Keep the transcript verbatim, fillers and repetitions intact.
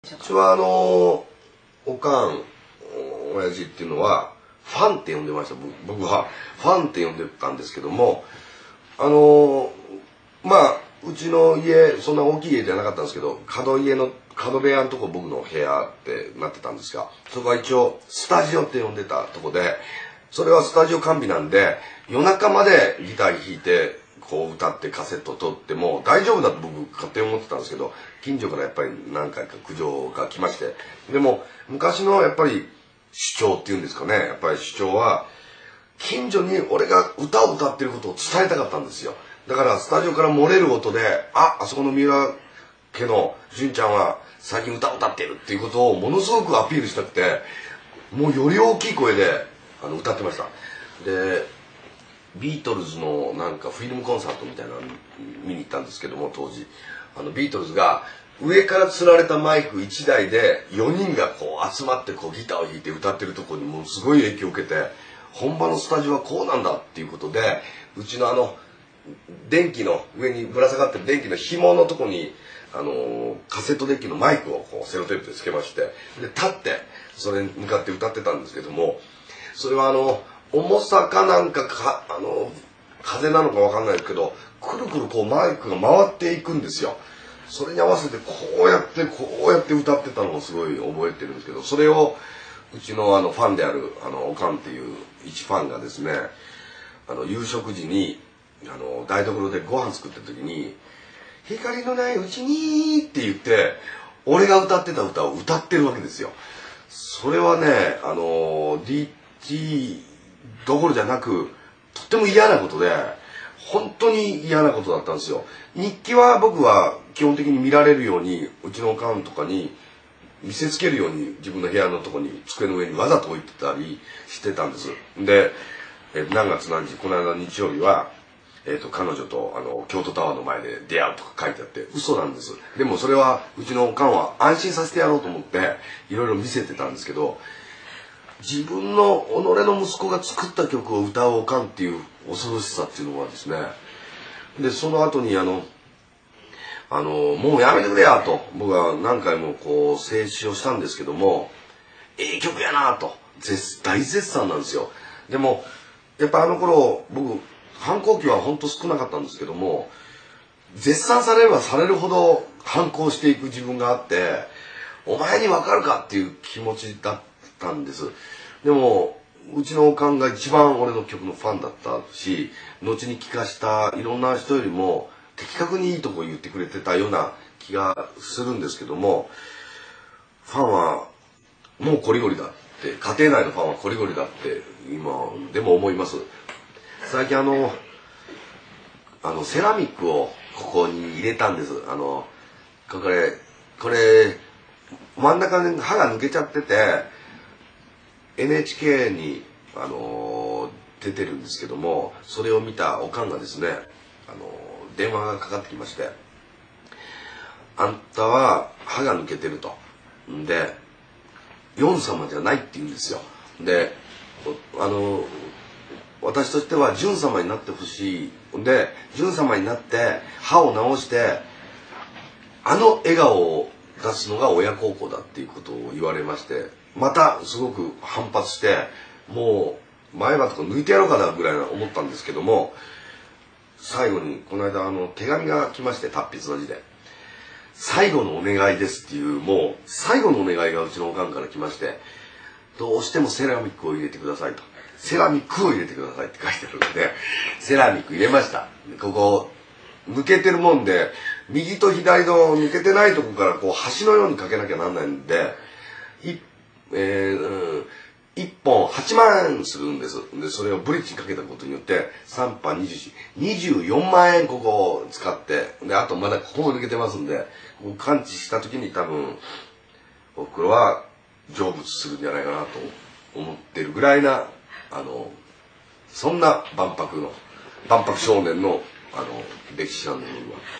うちはあのおかん親父っていうのはファンって呼んでました。僕はファンって呼んでたんですけども、あのまあうちの家そんな大きい家じゃなかったんですけど、角家の角部屋のとこ僕の部屋ってなってたんですが、そこは一応スタジオって呼んでたとこで、それはスタジオ完備なんで夜中までギター弾いてこう歌ってカセット撮っても大丈夫だと僕勝手に思ってたんですけど、近所からやっぱり何回か苦情が来まして、でも昔のやっぱり主張っていうんですかね、やっぱり主張は近所に俺が歌を歌ってることを伝えたかったんですよ。だからスタジオから漏れる音で、あ、あそこの三浦家の純ちゃんは最近歌を歌ってるっていうことをものすごくアピールしたくて、もうより大きい声であの歌ってました。でビートルズのなんかフィルムコンサートみたいなの見に行ったんですけども、当時あのビートルズが上から吊られたマイクいちだいでよにんがこう集まってこうギターを弾いて歌ってるところにもうすごい影響を受けて、本場のスタジオはこうなんだっていうことで、うちのあの電気の上にぶら下がってる電気の紐のとこにあのカセットデッキのマイクをこうセロテープでつけまして、で立ってそれに向かって歌ってたんですけども、それはあの重さかなんかかあの風なのかわかんないですけど、くるくるこうマイクが回っていくんですよ。それに合わせてこうやってこうやって歌ってたのをすごい覚えてるんですけど、それをうちのあのファンであるあのおかんっていう一ファンがですね、あの夕食時にあの台所でご飯作ってる時に「光のないうちに」って言って俺が歌ってた歌を歌ってるわけですよ。それはね、あの ディーティー どころじゃなくとっても嫌なことで、本当に嫌なことだったんですよ。日記は僕は基本的に見られるようにうちのおかんとかに見せつけるように自分の部屋のとこに机の上にわざと置いてたりしてたんです。で、え何月何日この間日曜日は、えー、と彼女とあの京都タワーの前で出会うとか書いてあって、嘘なんです。でもそれはうちのおかんは安心させてやろうと思っていろいろ見せてたんですけど、自分の己の息子が作った曲を歌うおかんっていう恐ろしさっていうのはですね、でその後にあのあのもうやめてくれやと僕は何回もこう静止をしたんですけども、ええ曲やなと絶大絶賛なんですよ。でもやっぱあの頃僕反抗期は本当少なかったんですけども、絶賛されればされるほど反抗していく自分があって、お前に分かるかっていう気持ちだったんです。でもうちのおかんが一番俺の曲のファンだったし、後に聴かしたいろんな人よりも的確にいいとこ言ってくれてたような気がするんですけども、ファンはもうコリゴリだって、家庭内のファンはコリゴリだって今でも思います。最近あのあのセラミックをここに入れたんです。あのこれこれ真ん中に歯が抜けちゃってて エヌエイチケー にあの出てるんですけども、それを見たおかんがですね、あの電話がかかってきまして、あんたは歯が抜けてると。んでヨン様じゃないって言うんですよ。であの私としてはジュン様になってほしい。でジュン様になって歯を直してあの笑顔を出すのが親孝行だっていうことを言われまして、またすごく反発して、もう前歯とか抜いてやろうかなぐらい思ったんですけども、最後にこの間あの手紙が来まして、達筆の字で最後のお願いですっていう、もう最後のお願いがうちのおかんから来まして、どうしてもセラミックを入れてくださいと、セラミックを入れてくださいって書いてあるのでセラミック入れました。ここ抜けてるもんで右と左の抜けてないとこからこう橋のようにかけなきゃなんないんで、い、えー、いっぽんはちまんするんです。でそれをブリッジにかけたことによってさんぱんにじゅうよん、にじゅうよんまんえんここを使って、であとまだここも抜けてますんで、完治した時に多分おふくろは成仏するんじゃないかなと思ってるぐらいな、あのそんな万博の万博少年のあの歴史なんで、僕は。